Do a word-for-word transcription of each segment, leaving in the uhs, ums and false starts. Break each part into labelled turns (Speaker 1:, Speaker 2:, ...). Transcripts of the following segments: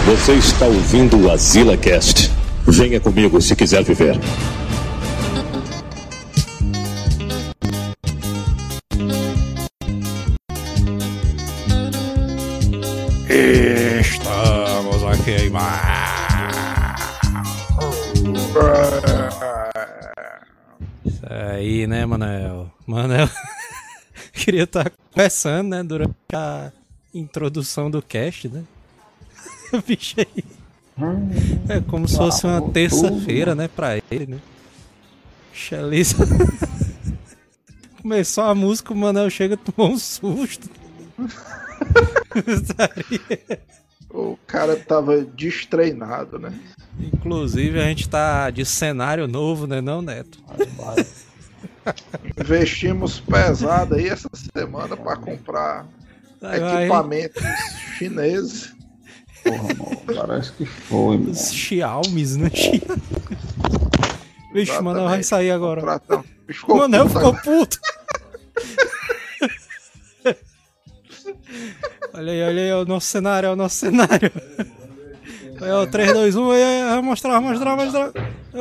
Speaker 1: Você está ouvindo o AzilaCast. Venha comigo se quiser viver.
Speaker 2: Estamos a queimar. Isso aí, né, Manel? Manel queria estar conversando, né, durante a introdução do cast, né? Bicho aí. É como se fosse uma terça-feira, né, pra ele, né? Xelisa. Começou a música, o Manel chega e tomou um susto.
Speaker 3: O cara tava destreinado, né?
Speaker 2: Inclusive a gente tá de cenário novo, né, não, Neto?
Speaker 3: Investimos pesado aí essa semana pra comprar
Speaker 2: Vai,
Speaker 3: equipamentos vai. chineses.
Speaker 4: Porra, mano, parece que foi, mano.
Speaker 2: Os Xiaomis, né? Vixe, o Manel vai sair agora. O Manel ficou puto. Olha aí, olha aí, é o nosso cenário, é o nosso cenário. Olha aí, três, dois, um, aí, vai mostrar, vai mostrar, vai mostrar.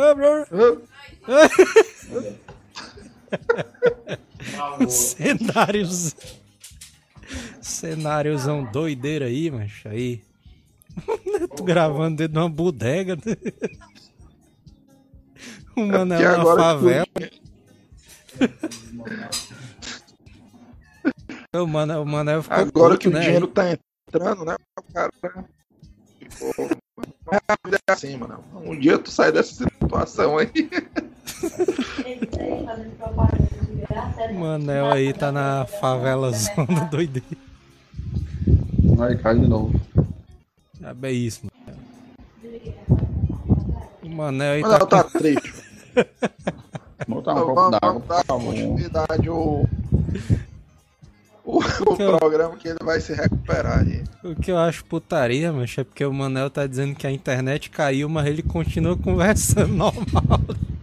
Speaker 2: Cenários. Cenáriozão doideiro aí, macho. Aí. Tô gravando dentro de uma bodega. O Manel é na favela. O Manel, o Manel ficou
Speaker 3: agora
Speaker 2: puto,
Speaker 3: que
Speaker 2: né?
Speaker 3: O dinheiro tá entrando, né? O cara ficou rápido assim, mano. Um dia tu sai dessa situação aí.
Speaker 2: O Manel aí tá na favela zona doideira.
Speaker 4: Vai, cai de novo.
Speaker 2: É bem isso, mano. O Manel aí
Speaker 3: Manel
Speaker 2: tá,
Speaker 3: tá triste.
Speaker 4: Botar um pouco d'água,
Speaker 3: vamos dar continuidade ao o, o
Speaker 2: eu...
Speaker 3: programa que ele vai se recuperar aí.
Speaker 2: O que eu acho putaria, mas é porque o Manel tá dizendo que a internet caiu, mas ele continua conversando normal.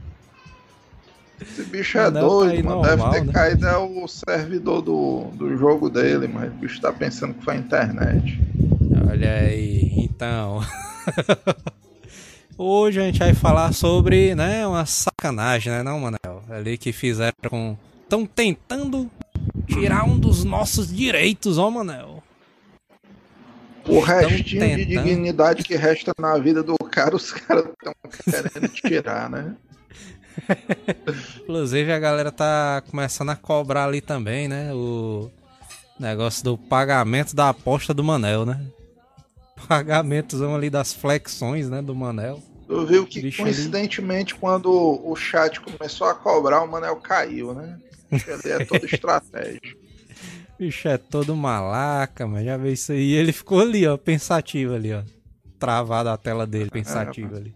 Speaker 3: Esse bicho é doido, tá mano. Normal, deve ter né? caído é o servidor do, do jogo dele, mas o bicho tá pensando que foi a internet.
Speaker 2: Olha aí, então. Hoje a gente vai falar sobre, né, uma sacanagem, né, não, Manel? Ali que fizeram com... Estão tentando tirar um dos nossos direitos, ó, Manel.
Speaker 3: O restinho tentando... de dignidade que resta na vida do cara, os caras estão querendo tirar, né?
Speaker 2: Inclusive a galera tá começando a cobrar ali também, né? O negócio do pagamento da aposta do Manel, né? Pagamentozão ali das flexões, né, do Manel.
Speaker 3: Tu viu que bicho coincidentemente ali... quando o chat começou a cobrar, o Manel caiu, né? Ele é todo estratégia.
Speaker 2: Bicho é todo malaca, mas já vê isso aí. Ele ficou ali, ó, pensativo ali, ó. Travado a tela dele, pensativo é, ali.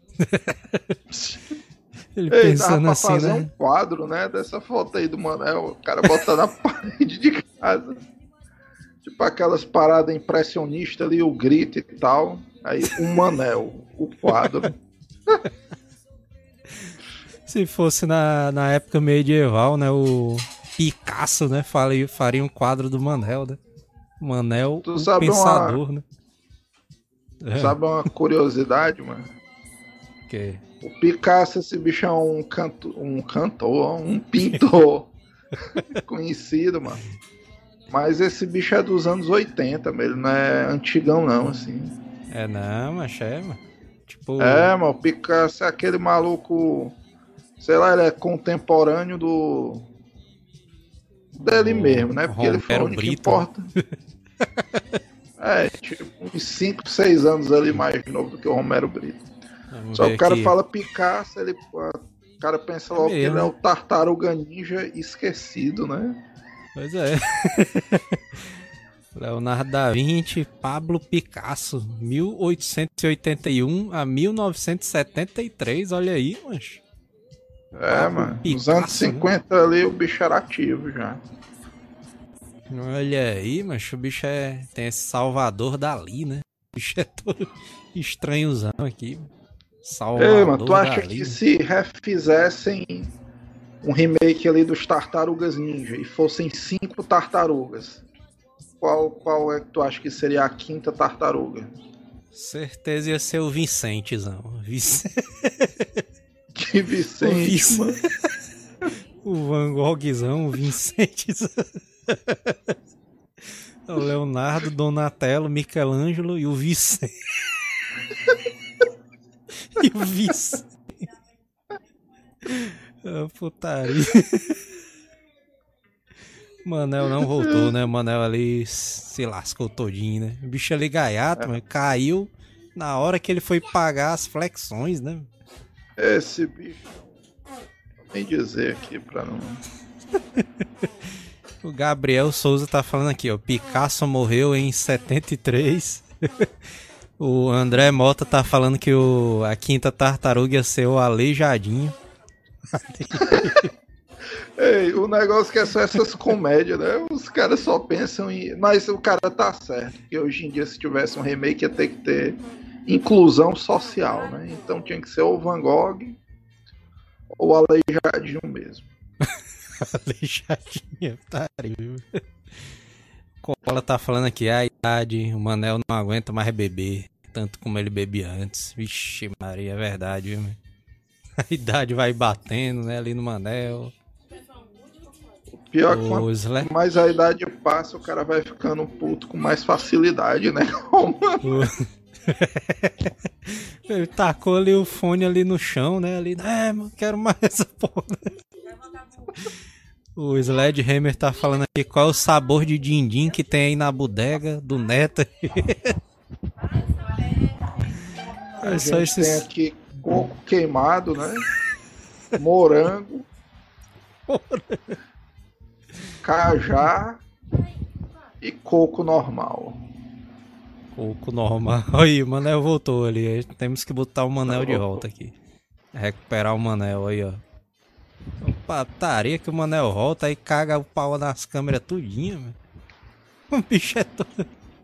Speaker 2: Ele
Speaker 3: Ei,
Speaker 2: pensando
Speaker 3: dá
Speaker 2: assim,
Speaker 3: pra fazer
Speaker 2: né?
Speaker 3: um quadro, né, dessa foto aí do Manel, o cara bota na parede de casa. Tipo aquelas paradas impressionistas ali, o grito e tal. Aí o Manel, o quadro.
Speaker 2: Se fosse na, na época medieval, né, o Picasso, né, faria, faria um quadro do Manel, né? Manel,
Speaker 3: tu
Speaker 2: o
Speaker 3: sabe
Speaker 2: pensador,
Speaker 3: uma...
Speaker 2: né?
Speaker 3: Sabe uma curiosidade, mano?
Speaker 2: Que?
Speaker 3: O Picasso, esse bicho é um, canto, um cantor, um pintor conhecido, mano. Mas esse bicho é dos anos oitenta, ele não é antigão não, assim.
Speaker 2: É não, mas é, mano. Tipo...
Speaker 3: É, mano, o Picasso é aquele maluco, sei lá, ele é contemporâneo do... dele o... mesmo, né? Porque Romero ele foi o único que importa. É, tipo, uns cinco, seis anos ali mais novo do que o Romero Brito. Vamos Só o cara aqui. Fala Picasso, ele, o cara pensa logo é que ele é o Tartaruga Ninja esquecido, né?
Speaker 2: Pois é. Leonardo da Vinci, Pablo Picasso, mil oitocentos e oitenta e um a mil novecentos e setenta e três, olha aí, mancho.
Speaker 3: É, Pablo mano, Picasso, nos anos cinquenta, né? Ali o bicho era ativo já.
Speaker 2: Olha aí, mancho, o bicho é... tem esse Salvador Dali, né? O bicho é todo estranhozão aqui. Salvador
Speaker 3: Ei, mano, tu acha
Speaker 2: Dali,
Speaker 3: que
Speaker 2: né?
Speaker 3: se refizessem um remake ali dos Tartarugas Ninja e fossem cinco tartarugas, qual, qual é que tu acha que seria a quinta tartaruga?
Speaker 2: Certeza ia ser o Vicentezão. Vic...
Speaker 3: Que Vicente,
Speaker 2: o Vic...
Speaker 3: mano.
Speaker 2: O Van Goghzão, o Vicentezão. O Leonardo, Donatello, Michelangelo e o Vicente. E o Vicente. Ah, putaria. Manel não voltou, né? Manel ali se lascou todinho, né? O bicho ali gaiato, é. Mas caiu na hora que ele foi pagar as flexões, né?
Speaker 3: Esse bicho. Nem dizer aqui pra não.
Speaker 2: O Gabriel Souza tá falando aqui, ó. Picasso morreu em setenta e três. O André Mota tá falando que o, a quinta tartaruga ia ser o Aleijadinho.
Speaker 3: Ei, o negócio que é só essas comédias, né? Os caras só pensam em. Mas o cara tá certo. Que hoje em dia, se tivesse um remake, ia ter que ter inclusão social, né? Então tinha que ser ou Van Gogh ou Aleijadinho mesmo.
Speaker 2: Aleijadinho, tá viu? Cola tá falando aqui, a idade, o Manel não aguenta mais beber, tanto como ele bebia antes. Vixe Maria, é verdade, viu? A idade vai batendo, né, ali no Manel.
Speaker 3: Pior que quanto mais a idade passa, o cara vai ficando puto com mais facilidade, né?
Speaker 2: Ele tacou ali o fone ali no chão, né? Ali, é, mano, quero mais essa porra. O Sledgehammer tá falando aqui qual é o sabor de din-din que tem aí na bodega do Neto.
Speaker 3: A é gente só esses... tem aqui coco queimado, né? Morango. Cajá e coco normal.
Speaker 2: Coco normal. Aí, o Manel voltou ali. Temos que botar o Manel de volta aqui. Recuperar o Manel aí, ó. Pataria que o Manel volta e caga o pau nas câmeras tudinho, mano. O bicho é todo.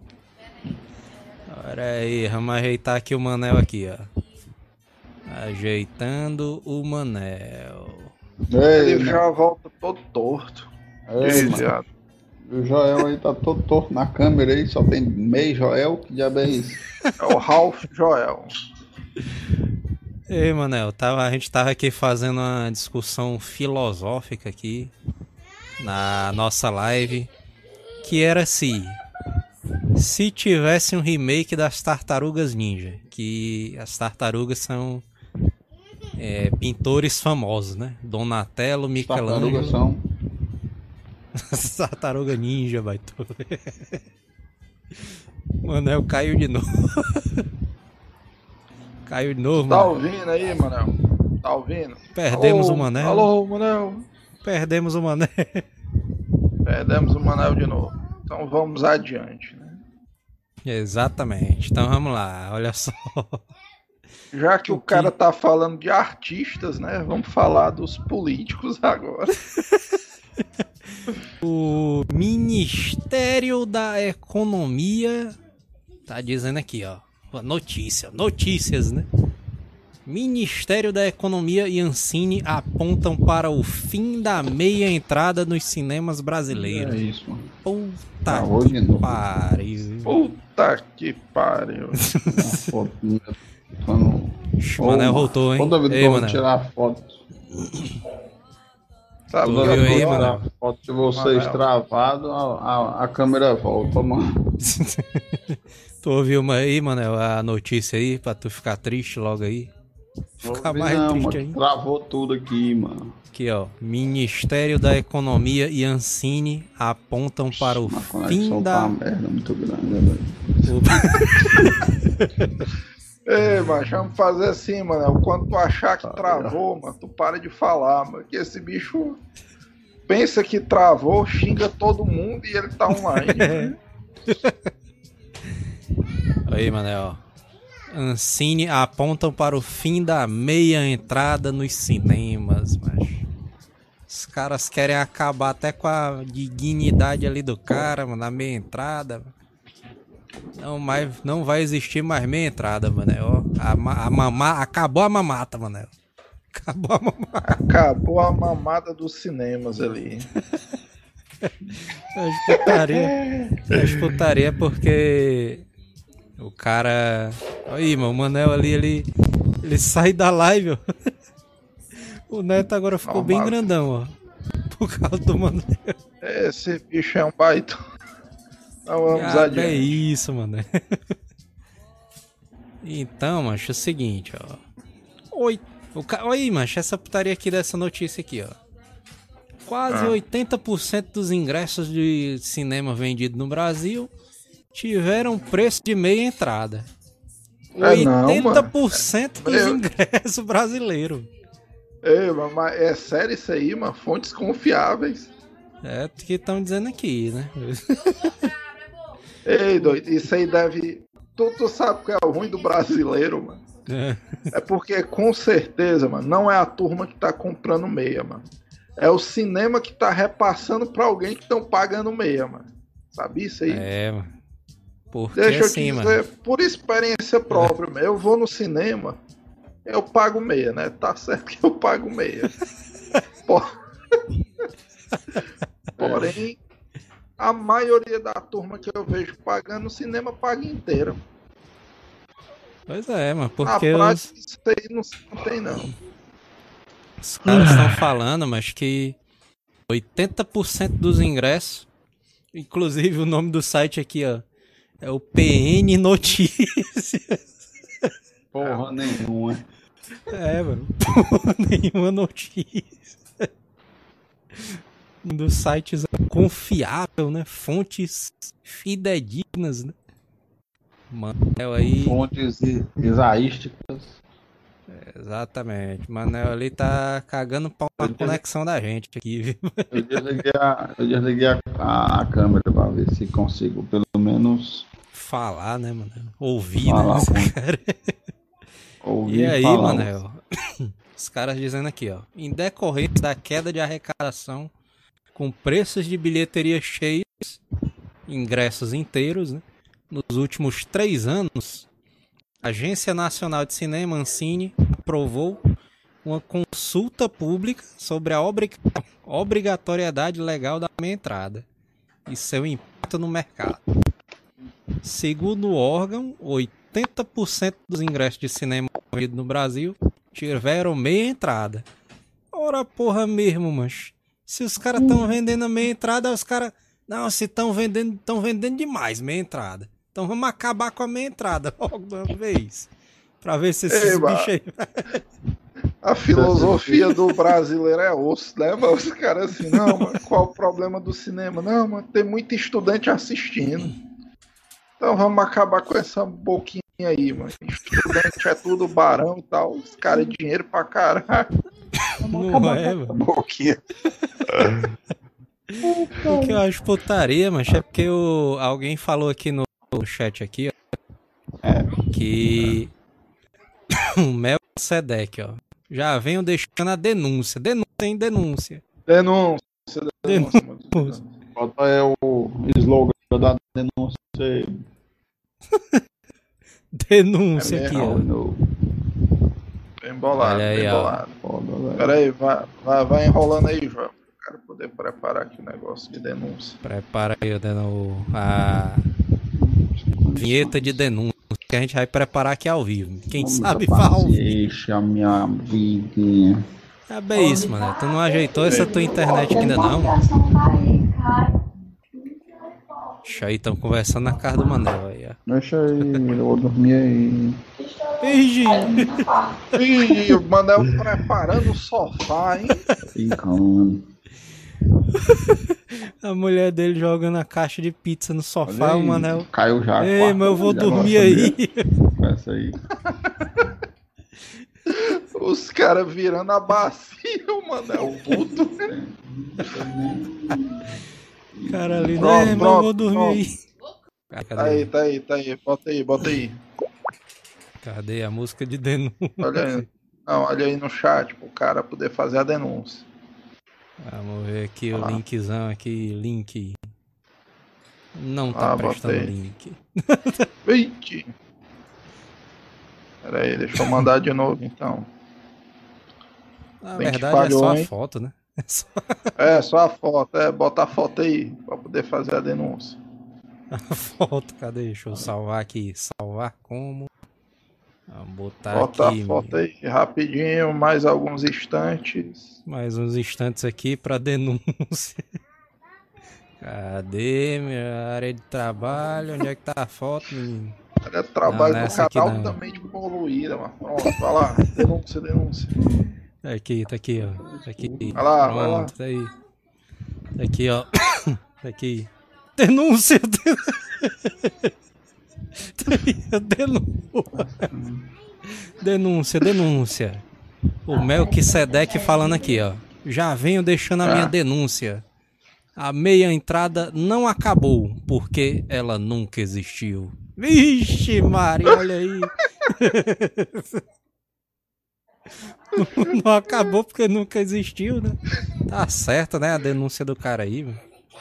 Speaker 2: Olha aí, vamos ajeitar aqui o Manel aqui, ó. Ajeitando o Manel.
Speaker 3: Ei, ele já volta todo torto.
Speaker 4: Ei, o Joel aí tá todo torto na câmera aí, só tem meio Joel, que diabo é isso?
Speaker 3: É o Ralph Joel.
Speaker 2: Ei, Manel, tava, a gente tava aqui fazendo uma discussão filosófica aqui na nossa live, que era se se tivesse um remake das Tartarugas Ninja, que as tartarugas são é, pintores famosos, né? Donatello, Michelangelo.
Speaker 4: Tartarugas são
Speaker 2: Tartaruga Ninja, vai tu. Manel caiu de novo. Caiu de novo,
Speaker 3: Tá
Speaker 2: Manel.
Speaker 3: ouvindo aí, Manel? Tá ouvindo?
Speaker 2: Perdemos
Speaker 3: alô,
Speaker 2: o Manel.
Speaker 3: Alô, Manel.
Speaker 2: Perdemos o Manel.
Speaker 3: Perdemos o Manel de novo. Então vamos adiante, né?
Speaker 2: Exatamente. Então vamos lá, olha só.
Speaker 3: Já que o, o cara que... tá falando de artistas, né? Vamos falar dos políticos agora.
Speaker 2: O Ministério da Economia tá dizendo aqui, ó. Notícia, notícias, né? Ministério da Economia e Ancine apontam para o fim da meia entrada nos cinemas brasileiros. É
Speaker 4: isso, mano.
Speaker 2: Puta
Speaker 4: ah,
Speaker 2: que pariu.
Speaker 3: Puta que pariu.
Speaker 2: Mano, Manel voltou, hein?
Speaker 4: Toda vez que eu vou tirar foto.
Speaker 3: Sabe
Speaker 4: Toda
Speaker 3: vez
Speaker 4: que eu
Speaker 3: aí,
Speaker 4: vou tirar
Speaker 3: mano?
Speaker 4: foto de vocês
Speaker 3: Manel.
Speaker 4: travado, a, a, a câmera volta, mano.
Speaker 2: Tu ouviu uma aí, Manel, a notícia aí, pra tu ficar triste logo aí? Ficar
Speaker 4: Ouvi
Speaker 2: mais
Speaker 4: não,
Speaker 2: triste
Speaker 4: mano,
Speaker 2: ainda.
Speaker 4: travou tudo aqui, mano.
Speaker 2: Aqui, ó. Ministério da Economia e Ancine apontam para o
Speaker 4: Mas
Speaker 2: fim da...
Speaker 4: Uma merda muito grande, velho.
Speaker 3: Ei, mas vamos fazer assim, mano. Quando tu achar que travou, mano, tu para de falar, mano. Que esse bicho pensa que travou, xinga todo mundo e ele tá online. Né?
Speaker 2: Aí, Manel. Ancine apontam para o fim da meia entrada nos cinemas, macho. Os caras querem acabar até com a dignidade ali do cara, mano, na meia entrada. Não, mais, não vai existir mais meia entrada, Manel. A, a mamá, acabou a mamata, Manel. Acabou a mamata.
Speaker 3: Acabou a mamada dos cinemas ali.
Speaker 2: As putaria, as putaria porque O cara... Aí, mano, o Manel ali, ele, ele sai da live, ó. O Neto agora ficou Não, bem mas... grandão, ó. Por causa do Manel.
Speaker 3: Esse bicho é um baita. Não vamos
Speaker 2: ah, adiante. É isso, mano. Então, macho, é o seguinte, ó. Oi. O ca... Oi, macho, essa putaria aqui dessa notícia aqui, ó. Quase ah. oitenta por cento dos ingressos de cinema vendidos no Brasil tiveram preço de meia entrada.
Speaker 3: É oitenta por
Speaker 2: cento não, dos é... ingressos brasileiros.
Speaker 3: É, mas é sério isso aí, mano? Fontes confiáveis.
Speaker 2: É o que estão dizendo aqui, né?
Speaker 3: Ei, doido, isso aí deve... Tu, tu sabe que é o ruim do brasileiro, mano? É. É porque, com certeza, mano, não é a turma que tá comprando meia, mano. É o cinema que tá repassando pra alguém que estão pagando meia, mano. Sabe isso aí?
Speaker 2: É, mano. Porque
Speaker 3: Deixa eu
Speaker 2: assim,
Speaker 3: te dizer,
Speaker 2: mano.
Speaker 3: por experiência própria, é. Eu vou no cinema, eu pago meia, né? Tá certo que eu pago meia. Porém, a maioria da turma que eu vejo pagando no cinema paga inteira.
Speaker 2: Pois é, mano, porque...
Speaker 3: Na prática, os... isso aí não, não tem, não.
Speaker 2: Os caras estão falando, mas que oitenta por cento dos ingressos, inclusive o nome do site aqui, ó, é o P N Notícias.
Speaker 4: Porra nenhuma.
Speaker 2: É, mano, porra nenhuma notícia. Um dos sites confiável, né? Fontes fidedignas, né? Manel aí...
Speaker 4: Fontes isaísticas.
Speaker 2: É, exatamente. Manel ali tá cagando pau na conexão da gente aqui, viu?
Speaker 4: Eu desliguei, a, eu desliguei a, a, a câmera pra ver se consigo pelo menos...
Speaker 2: Falar, né, Manel? Ouvir,
Speaker 4: falar,
Speaker 2: né? Cara?
Speaker 4: Ouvir,
Speaker 2: e aí,
Speaker 4: falar,
Speaker 2: Manel? Os caras dizendo aqui, ó. Em decorrência da queda de arrecadação com preços de bilheteria cheios, ingressos inteiros, né? Nos últimos três anos, a Agência Nacional de Cinema, Ancine, aprovou uma consulta pública sobre a obrig... obrigatoriedade legal da meia entrada e seu impacto no mercado. Segundo o órgão, oitenta por cento dos ingressos de cinema vendidos no Brasil tiveram meia entrada. Ora porra mesmo, mancho. Se os caras estão vendendo a meia entrada, os caras... Não, se estão vendendo, estão vendendo demais meia entrada. Então vamos acabar com a meia entrada logo de uma vez. Pra ver se esses bichos aí...
Speaker 3: A filosofia do brasileiro é osso, né, mano? Os caras assim, não, mano, qual o problema do cinema? Não, mano, tem muito estudante assistindo. Então vamos acabar com essa boquinha aí, mano. Estudante é tudo barão e tal. Os caras é dinheiro pra caralho.
Speaker 2: Não é, mano.
Speaker 3: Boquinha.
Speaker 2: O que eu acho putaria, mas é porque o... alguém falou aqui no chat aqui, ó, é. que o Mel Sedec, ó, já venho deixando a denúncia. Denúncia, hein? Denúncia.
Speaker 3: Denúncia. Denúncia.
Speaker 4: denúncia. Bota é o slogan da denúncia aí.
Speaker 2: Denúncia
Speaker 3: é
Speaker 2: aqui, ó.
Speaker 3: Bem bolado,
Speaker 2: aí,
Speaker 3: bem
Speaker 2: ó.
Speaker 3: bolado. Pera aí, vai, vai, vai enrolando aí, João. Quero poder preparar aqui o negócio de denúncia.
Speaker 2: Prepara aí o, a vinheta de denúncia que a gente vai preparar aqui ao vivo. Quem Vamos sabe falar ao vivo.
Speaker 4: Deixa a minha vida.
Speaker 2: É bem isso, mano. Tu não ajeitou essa tua internet aqui ainda não? Deixa aí, estão conversando na casa do Manel aí, ó.
Speaker 4: Deixa aí, eu vou dormir aí.
Speaker 2: Ih,
Speaker 3: Ih, o Manel preparando o sofá, hein?
Speaker 4: Ficando.
Speaker 2: A mulher dele jogando a caixa de pizza no sofá, aí, o Manel.
Speaker 4: Caiu já.
Speaker 2: Ei, mas eu vou dormir aí.
Speaker 4: Essa aí.
Speaker 3: Os caras virando a bacia, o Manel puto.
Speaker 2: Cara ali, pronto, né? Mas eu vou dormir pronto. Aí.
Speaker 3: Ah, tá aí, tá aí, tá aí. Bota aí, bota aí.
Speaker 2: Cadê a música de denúncia?
Speaker 3: Olha aí. Não, olha aí no chat pro cara poder fazer a denúncia.
Speaker 2: Vamos ver aqui ah. o linkzão aqui, link. Não tá ah, prestando link.
Speaker 3: Eita. Pera aí, deixa eu mandar de novo então.
Speaker 2: Na verdade falhou, é só a hein? foto, né?
Speaker 3: É só... é, só a foto, é, bota a foto aí pra poder fazer a denúncia.
Speaker 2: A foto, cadê? Deixa eu salvar aqui. Salvar como? Vamos botar
Speaker 3: Bota
Speaker 2: aqui.
Speaker 3: a foto aí rapidinho, mais alguns instantes.
Speaker 2: Mais uns instantes aqui pra denúncia. Cadê minha área de trabalho? Onde é que tá a foto, menino?
Speaker 3: A área de trabalho
Speaker 2: não,
Speaker 3: do
Speaker 2: aqui
Speaker 3: canal
Speaker 2: não.
Speaker 3: também de poluída, mano. Pronto, vai lá. Denúncia, denúncia.
Speaker 2: Tá aqui, tá aqui, ó. Tá aqui.
Speaker 3: Vai lá,
Speaker 2: Pronto,
Speaker 3: vai lá.
Speaker 2: tá aí. Tá aqui, ó. Tá aqui. Denúncia! Denúncia! Denúncia, denúncia. O Melquisedeque falando aqui, ó. Já venho deixando a minha
Speaker 3: Ah.
Speaker 2: denúncia. A meia entrada não acabou, porque ela nunca existiu. Vixe, Maria, olha aí. Não, não acabou porque nunca existiu, né? Tá certo, né? A denúncia do cara aí, mano.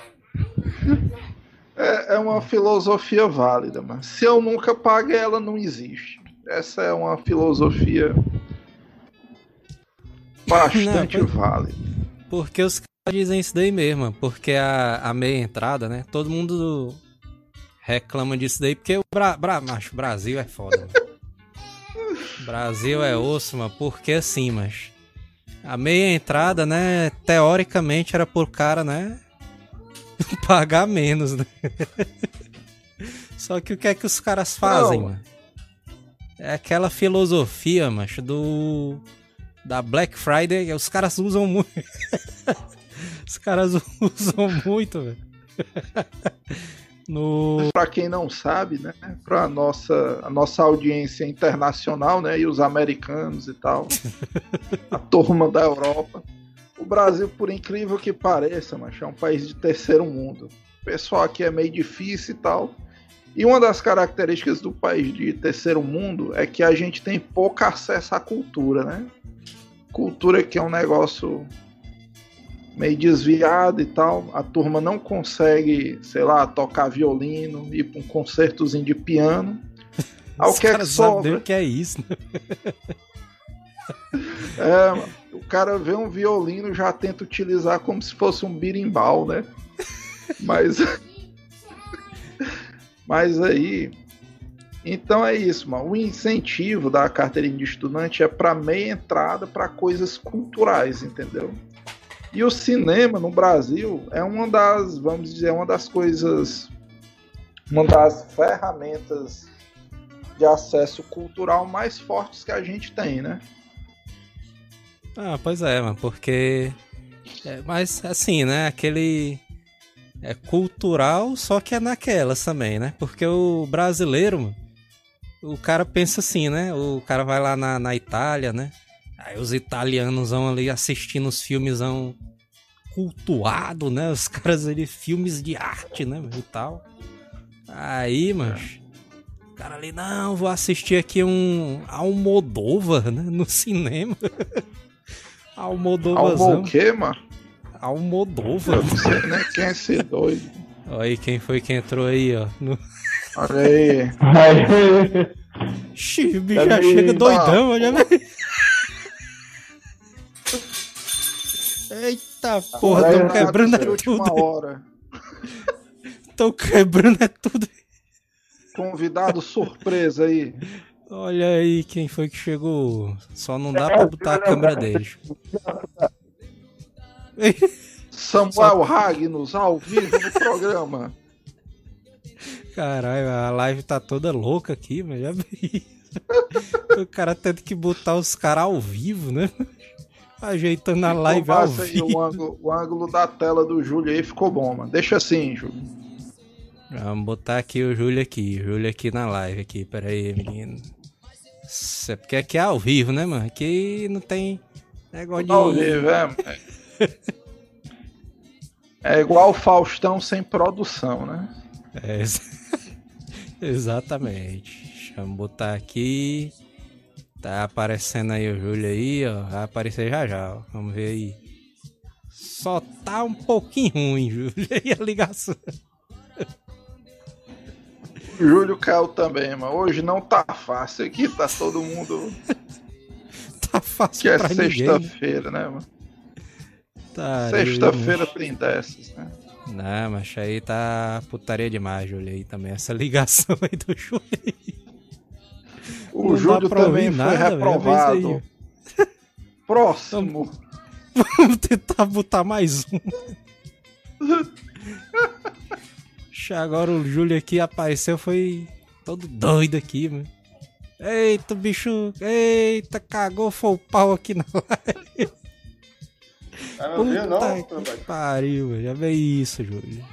Speaker 3: É, é uma filosofia válida, mas se eu nunca paguei, ela não existe. Essa é uma filosofia bastante
Speaker 2: Não, foi-
Speaker 3: válida.
Speaker 2: Porque os caras dizem isso daí mesmo, porque a, a meia entrada, né? Todo mundo reclama disso daí, porque o Bra, Bra, macho, Brasil é foda, mano. Brasil é osso, mano, porque assim, mas a meia entrada, né, teoricamente era por cara, né, pagar menos, né? Só que o que é que os caras fazem,
Speaker 3: Não.
Speaker 2: mano? É aquela filosofia, macho, do da Black Friday, os caras usam muito. Os caras usam muito, velho. No...
Speaker 3: Para quem não sabe, né, para nossa a nossa audiência internacional, né, e os americanos e tal, a turma da Europa, o Brasil, por incrível que pareça, mas é um país de terceiro mundo. O pessoal aqui é meio difícil e tal. E uma das características do país de terceiro mundo é que a gente tem pouco acesso à cultura, né? Cultura que é um negócio meio desviado e tal. A turma não consegue, sei lá, tocar violino, ir para um concertozinho de piano. Aí o
Speaker 2: Os
Speaker 3: que é que
Speaker 2: caras sabem
Speaker 3: sobra?
Speaker 2: o que é isso, né?
Speaker 3: É, mano, o cara vê um violino já tenta utilizar como se fosse um birimbau, né? Mas mas aí, então é isso, mano. O incentivo da carteirinha de estudante é para meia entrada para coisas culturais, entendeu? E o cinema no Brasil é uma das, vamos dizer, uma das coisas, uma das ferramentas de acesso cultural mais fortes que a gente tem, né?
Speaker 2: Ah, pois é, mano, porque... É, mas, assim, né, aquele... É cultural, só que é naquelas também, né? Porque o brasileiro, mano, o cara pensa assim, né? O cara vai lá na, na Itália, né? Aí os italianos vão ali assistindo os filmes vão cultuado, né? Os caras ali, filmes de arte, né? E tal. Aí, mano, o cara ali, não, vou assistir aqui um Almodóvar, né? No cinema. Almodóvarzão.
Speaker 3: Almo o quê, mano?
Speaker 2: Almodóvar.
Speaker 3: Eu não sei nem quem é esse doido.
Speaker 2: Olha aí quem foi que entrou aí, ó. No...
Speaker 3: Olha aí.
Speaker 4: Aí,
Speaker 2: Ixi, o bicho
Speaker 4: Tá
Speaker 2: já chega
Speaker 4: bem.
Speaker 2: doidão, olha aí. Eita porra,
Speaker 4: Olha aí,
Speaker 2: tão quebrando
Speaker 3: de
Speaker 2: é
Speaker 3: última
Speaker 2: tudo.
Speaker 3: hora.
Speaker 2: Tão quebrando é tudo.
Speaker 3: Convidado surpresa aí.
Speaker 2: Olha aí quem foi que chegou. Só não dá pra botar a câmera dele.
Speaker 3: Samuel Ragnos, ao vivo no programa.
Speaker 2: Caralho, a live tá toda louca aqui, mas já vi. O cara tendo que botar os caras ao vivo, né? Ajeitando a live ao
Speaker 3: Massa aí,
Speaker 2: vivo.
Speaker 3: o, ângulo, o ângulo da tela do Júlio aí ficou bom, mano. Deixa assim, Júlio.
Speaker 2: Vamos botar aqui o Júlio aqui. Júlio aqui na live aqui. Pera aí, menino. Isso é porque aqui é ao vivo, né, mano? Aqui não tem negócio de...
Speaker 3: Ao vivo, é. É igual o Faustão sem produção, né?
Speaker 2: É, ex- exatamente. Deixa eu botar aqui. Tá aparecendo aí o Júlio aí, ó. Vai aparecer já já, ó. Vamos ver aí. Só tá um pouquinho ruim, Júlio. E a ligação.
Speaker 3: O Júlio caiu também, mano. Hoje não tá fácil aqui, tá todo mundo.
Speaker 2: Tá fácil
Speaker 3: Que é
Speaker 2: pra ninguém. Né?
Speaker 3: sexta-feira, né, mano?
Speaker 2: Tá,
Speaker 3: Sexta-feira tem dessas, né?
Speaker 2: Não, mas aí tá putaria demais, Júlio, aí também. Essa ligação aí do Júlio.
Speaker 3: O Júlio também foi nada, reprovado. Próximo.
Speaker 2: Vamos tentar botar mais um. Agora o Júlio aqui apareceu, foi todo doido aqui, mano. Eita, bicho. Eita, cagou, foi o pau aqui na live.
Speaker 4: Ah, não viu, não?
Speaker 2: Que pariu, já veio isso, Júlio.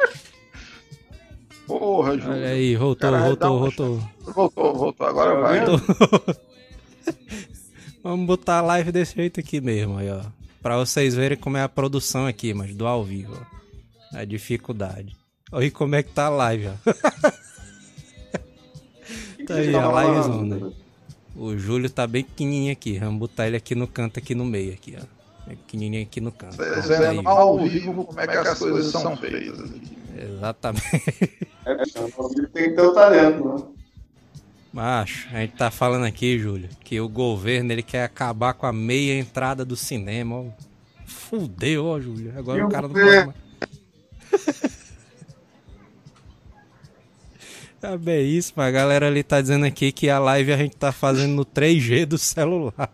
Speaker 3: Porra, Júlio.
Speaker 2: Olha aí, voltou,
Speaker 3: Caralho,
Speaker 2: voltou,
Speaker 3: um...
Speaker 2: voltou.
Speaker 3: Voltou, voltou, agora vai.
Speaker 2: Voltou. Vamos botar a live desse jeito aqui mesmo, aí, ó. Pra vocês verem como é a produção aqui, mas do ao vivo, ó. A dificuldade. Olha aí como é que tá a live, ó. Tá aí, a livezona. O Júlio tá bem pequenininho aqui. Vamos botar ele aqui no canto, aqui no meio, aqui, ó. É pequenininho aqui no canto.
Speaker 3: Você vendo ao vivo como é que as coisas são feitas aqui.
Speaker 2: Exatamente.
Speaker 4: É, tem que ter o talento, né?
Speaker 2: Macho, a gente tá falando aqui, Júlio, que o governo ele quer acabar com a meia entrada do cinema, ó. Fudeu, ó, Júlio. Agora e o cara não pode mais. É bem isso, mas a galera ali tá dizendo aqui que a live a gente tá fazendo no três G do celular.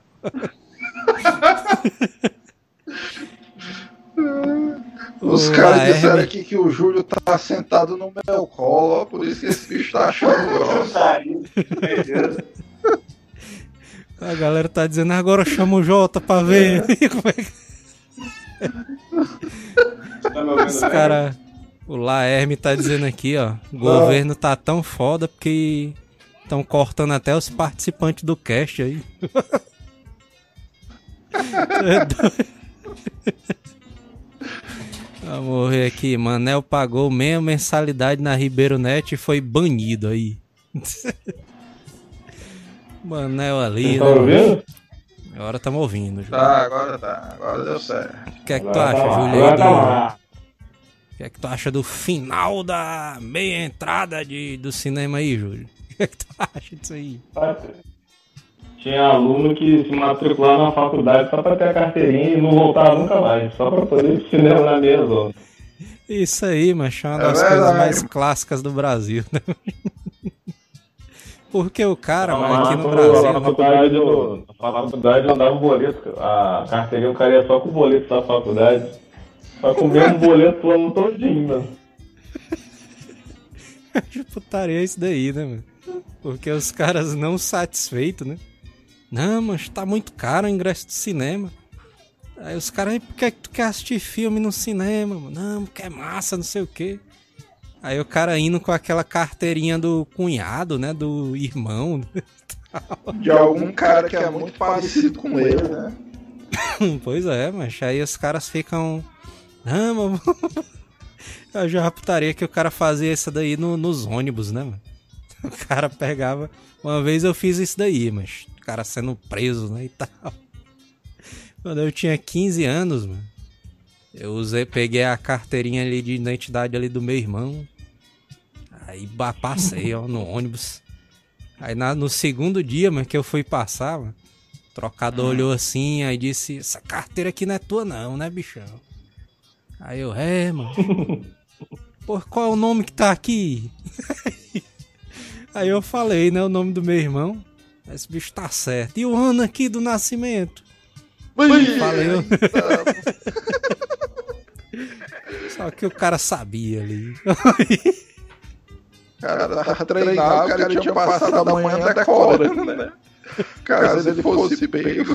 Speaker 3: Os caras disseram aqui que o Júlio tá sentado no meu colo, ó, por isso que esse bicho tá achando grosso.
Speaker 2: A galera tá dizendo, agora chama o Jota pra ver. Como é que... Os caras... O Laerme tá dizendo aqui, ó, o governo tá tão foda porque estão cortando até os participantes do cast aí. É doido. Vamos morrer aqui. Manel pagou meia mensalidade na Ribeiro Net e foi banido aí. Manel ali.
Speaker 5: Você tá ouvindo?
Speaker 2: Agora estamos ouvindo, Júlio.
Speaker 3: Tá, agora tá. Agora deu certo.
Speaker 2: O que é que tu acha, Júlio? Aí do... O que é que tu acha do final da meia entrada de, do cinema aí, Júlio? O que é que tu acha disso aí?
Speaker 5: Tinha aluno que se matricular na faculdade só pra ter a carteirinha e não voltar nunca mais, só pra poder ir pro cinema na meia zona.
Speaker 2: Isso aí, mas é uma das
Speaker 3: é
Speaker 2: coisas mais clássicas do Brasil, né? Porque o cara,
Speaker 5: não,
Speaker 2: mas aqui no
Speaker 5: na
Speaker 2: Brasil...
Speaker 5: Na faculdade, eu, na faculdade eu dava o boleto, a carteirinha o cara ia só com o boleto da faculdade. Pra comer um boleto o ano todinho, mano.
Speaker 2: Que putaria é isso daí, né, mano? Porque os caras não satisfeitos, né? Não, mas tá muito caro o ingresso de cinema. Aí os caras, por que é que tu quer assistir filme no cinema, mano? Não, porque é massa, não sei o quê. Aí o cara indo com aquela carteirinha do cunhado, né? Do irmão.
Speaker 3: De algum cara que é muito parecido com ele, né?
Speaker 2: Pois é, mas aí os caras ficam... Não, mano... Eu já putaria que o cara fazia isso daí no, nos ônibus, né, mano? O cara pegava... Uma vez eu fiz isso daí, mas... O cara sendo preso, né, e tal. Quando eu tinha quinze anos, mano... Eu usei, peguei a carteirinha ali de identidade ali do meu irmão. Aí passei, ó, no ônibus. Aí na, no segundo dia, mano, que eu fui passar, mano... O trocador hum. olhou assim, aí disse... Essa carteira aqui não é tua não, né, bichão? Aí eu, é, mano. Pô, qual é o nome que tá aqui? Aí eu falei, né, o nome do meu irmão. Esse bicho tá certo. E o ano aqui do nascimento?
Speaker 3: Ui,
Speaker 2: falei eu. Só que o cara sabia ali.
Speaker 3: O cara tava treinado, o cara tinha passado a manhã decorando, né? Caso ele fosse pego.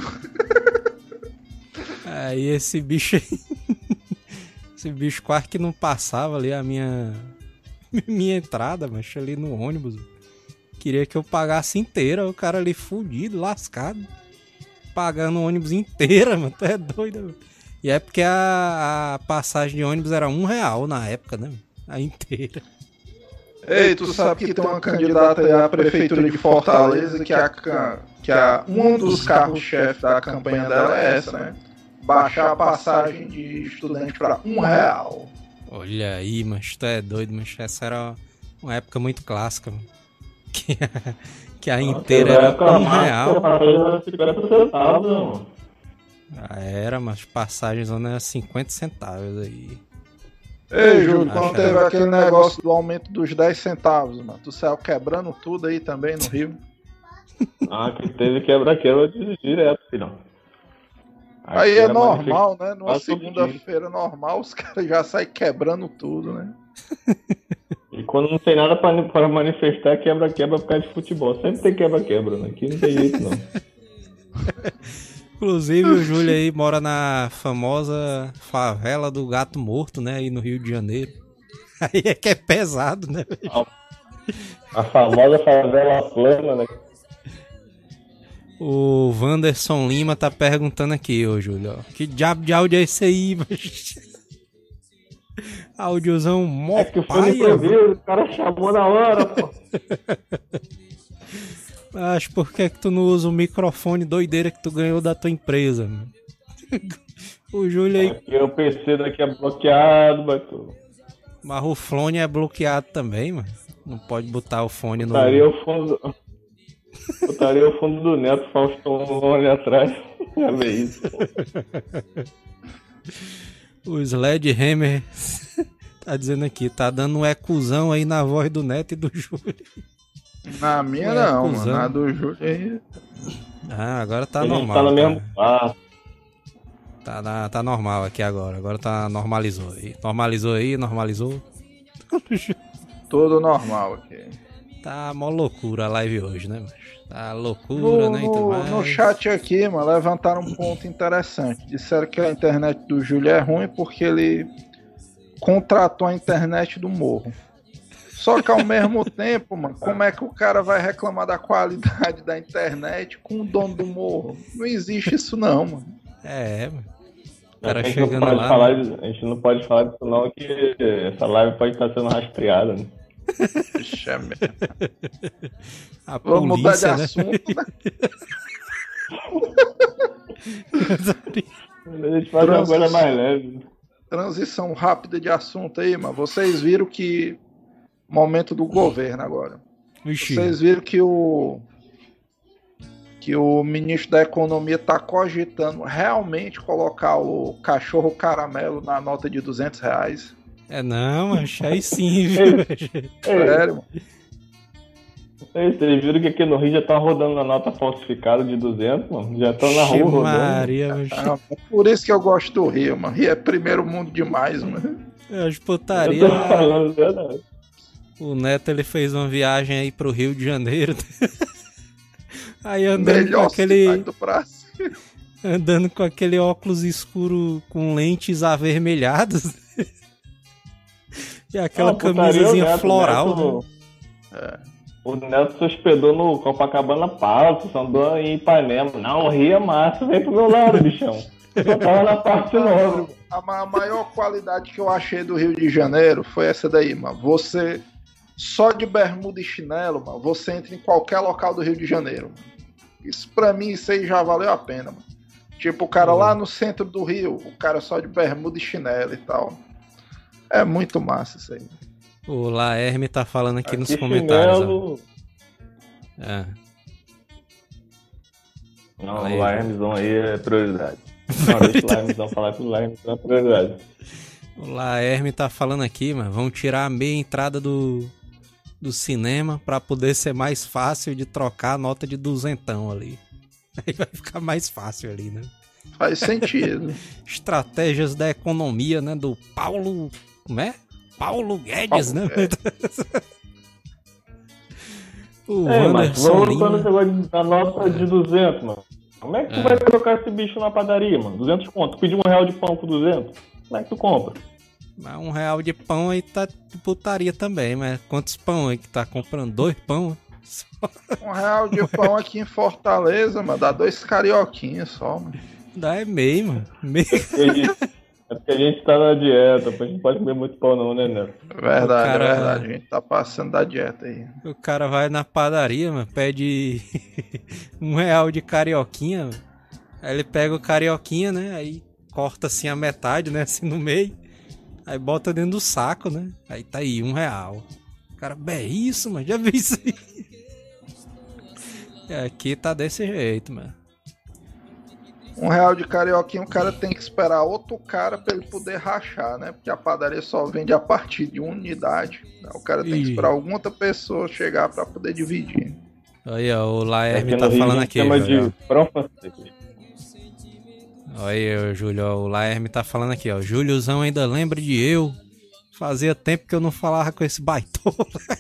Speaker 2: Aí esse bicho aí... Esse bicho quase que não passava ali a minha minha entrada, mas ali no ônibus. Queria que eu pagasse inteira, o cara ali fudido, lascado. Pagando o ônibus inteira, mano, tu é doido, mano. E é porque a, a passagem de ônibus era um real na época, né? A inteira.
Speaker 3: Ei, tu sabe que tem uma candidata aí à prefeitura de Fortaleza que, a, que a, um dos carros-chefe da campanha dela é essa, né? Baixar a passagem de estudante para um real.
Speaker 2: Olha aí, mas tu é doido, mas essa era uma época muito clássica, mano. Que a, que a inteira era um real. Ah, era, mas passagens eram cinquenta centavos aí.
Speaker 3: Ei, Júlio, quando teve aquele negócio do aumento dos dez centavos, mano, tu saiu quebrando tudo aí também no Rio?
Speaker 5: Ah, que teve quebra-quebra direto, filhão.
Speaker 3: Aí é normal, né? Numa segunda-feira normal, os caras já saem quebrando tudo, né?
Speaker 5: E quando não tem nada pra, pra manifestar, quebra-quebra por causa de futebol. Sempre tem quebra-quebra, né? Aqui não tem jeito, não.
Speaker 2: Inclusive, o Júlio aí mora na famosa favela do Gato Morto, né? Aí no Rio de Janeiro. Aí é que é pesado, né?
Speaker 5: A, a famosa favela plana, né?
Speaker 2: O Wanderson Lima tá perguntando aqui, ô Júlio, ó, que diabo de áudio é esse aí? Áudiozão mó
Speaker 5: é que foi improviso, o cara chamou na hora, pô.
Speaker 2: Acho por que que tu não usa o microfone doideira que tu ganhou da tua empresa, mano? O Júlio aí...
Speaker 5: Aqui o P C daqui é bloqueado, Batu.
Speaker 2: Mas o fone é bloqueado também, mano. Não pode botar o fone no...
Speaker 5: Botaria o fundo... Botaria o fundo do Neto Faustão ali atrás. Já vê isso.
Speaker 2: O Sledgehammer tá dizendo aqui, tá dando um ecuzão aí na voz do Neto e do Júlio.
Speaker 3: Na minha
Speaker 2: um
Speaker 3: não,
Speaker 2: ecuzão.
Speaker 3: mano. Na do Júlio aí.
Speaker 2: Ah, agora tá
Speaker 5: a gente
Speaker 2: normal.
Speaker 5: Tá no
Speaker 2: tá.
Speaker 5: mesmo passo.
Speaker 2: Tá, tá, tá normal aqui agora. Agora tá normalizou aí. Normalizou aí, normalizou.
Speaker 3: Tudo normal aqui.
Speaker 2: Tá mó loucura a live hoje, né, macho? Tá loucura,
Speaker 3: no,
Speaker 2: né? E tudo mais.
Speaker 3: No chat aqui, mano, levantaram um ponto interessante. Disseram que a internet do Júlio é ruim porque ele contratou a internet do morro. Só que ao mesmo tempo, mano, como é que o cara vai reclamar da qualidade da internet com o dono do morro? Não existe isso não, mano.
Speaker 2: É, mano. O
Speaker 5: A
Speaker 2: cara
Speaker 5: gente, não
Speaker 2: chegando
Speaker 5: pode
Speaker 2: lá.
Speaker 5: falar, a gente não pode falar disso não, que essa live pode estar sendo rastreada, né?
Speaker 3: Ixi, é mesmo.
Speaker 2: A
Speaker 3: Vamos mudar de
Speaker 2: polícia, né?
Speaker 3: assunto, né?
Speaker 5: A gente faz uma coisa mais leve.
Speaker 3: Transição rápida de assunto aí, mano. Vocês viram que... Momento do governo agora.
Speaker 2: Vixe.
Speaker 3: Vocês viram que o... Que o ministro da Economia tá cogitando realmente colocar o cachorro caramelo na nota de duzentos reais.
Speaker 2: É não, macho, aí sim, viu?
Speaker 3: Sério, mano.
Speaker 5: Vocês viram que aqui no Rio já tá rodando na nota falsificada de duzentos, mano? Já estão na rua rodando.
Speaker 2: Maria, macho.
Speaker 3: Ah, por isso que eu gosto do Rio, mano. Rio é primeiro mundo demais, mano.
Speaker 2: As putaria.
Speaker 5: Eu tô falando verdade.
Speaker 2: O Neto, ele fez uma viagem aí pro Rio de Janeiro. Aí andando
Speaker 3: Melhor
Speaker 2: com aquele...
Speaker 3: cidade do Brasil.
Speaker 2: Andando com aquele óculos escuro com lentes avermelhadas. E aquela
Speaker 5: Ah, putaria,
Speaker 2: camisazinha
Speaker 5: o Neto,
Speaker 2: floral.
Speaker 5: o Neto,
Speaker 2: né?
Speaker 3: É.
Speaker 5: O Neto se hospedou no Copacabana Palace, andou em Ipanema. Não, o Rio é massa, vem pro meu lado, bichão. Eu tava na parte nobre.
Speaker 3: A, ma- a maior qualidade que eu achei do Rio de Janeiro foi essa daí, mano. Você, só de bermuda e chinelo, mano, você entra em qualquer local do Rio de Janeiro. Mano. Isso pra mim, isso aí já valeu a pena, mano. Tipo, o cara
Speaker 2: Uhum.
Speaker 3: lá no centro do Rio, o cara só de bermuda e chinelo e tal. É muito massa isso aí.
Speaker 2: O Laerme tá falando aqui,
Speaker 5: Aqui
Speaker 2: nos comentários.
Speaker 5: chinelo...
Speaker 2: Ó. É.
Speaker 5: Não,
Speaker 2: Fala aí,
Speaker 5: o Laermezão aí é prioridade. Não, deixa o Laermezão falar que o Laermezão é prioridade.
Speaker 2: O Laerme tá falando aqui, mano. Vamos tirar a meia entrada do, do cinema pra poder ser mais fácil de trocar a nota de duzentão ali. Aí vai ficar mais fácil ali, né?
Speaker 3: Faz sentido.
Speaker 2: Estratégias da economia, né? Do Paulo... Como é? Paulo Guedes,
Speaker 3: Paulo
Speaker 2: né?
Speaker 3: Guedes.
Speaker 2: O
Speaker 5: É, mas
Speaker 2: Anderson
Speaker 5: vamos
Speaker 2: Lima.
Speaker 5: no negócio da nota de duzentos, mano. Como é que tu
Speaker 2: É.
Speaker 5: vai trocar esse bicho na padaria, mano? duzentos conto. Tu pediu um real de pão por duzentos? Como é que tu compra?
Speaker 2: Mas um real de pão aí tá de putaria também, mas quantos pão aí que tá comprando? Dois pão?
Speaker 3: Um real de pão aqui em Fortaleza, mano, dá dois carioquinhos só, mano.
Speaker 2: Dá é meio, mano. Meio.
Speaker 5: Porque a gente- É porque a gente tá na dieta, a gente não pode comer muito pão não, né, Neto?
Speaker 3: Verdade,
Speaker 2: O cara-
Speaker 3: é verdade. A gente tá passando da dieta aí.
Speaker 2: O cara vai na padaria, mano, pede um real de carioquinha, mano. Aí ele pega o carioquinha, né? Aí corta assim a metade, né? Assim no meio. Aí bota dentro do saco, né? Aí tá aí, um real. O cara, é isso, mano. Já vi isso aí. E aqui tá desse jeito, mano.
Speaker 3: Um real de carioquinha, o cara tem que esperar outro cara pra ele poder rachar, né? Porque a padaria só vende a partir de uma unidade. Né? O cara tem que esperar alguma outra pessoa chegar pra poder dividir.
Speaker 2: Aí, ó, o Laerme tá falando aqui. Chama de Olha, Júlio, ó, o Laerme tá falando aqui, ó. Júliozão ainda lembra de eu. Fazia tempo que eu não falava com esse baitola.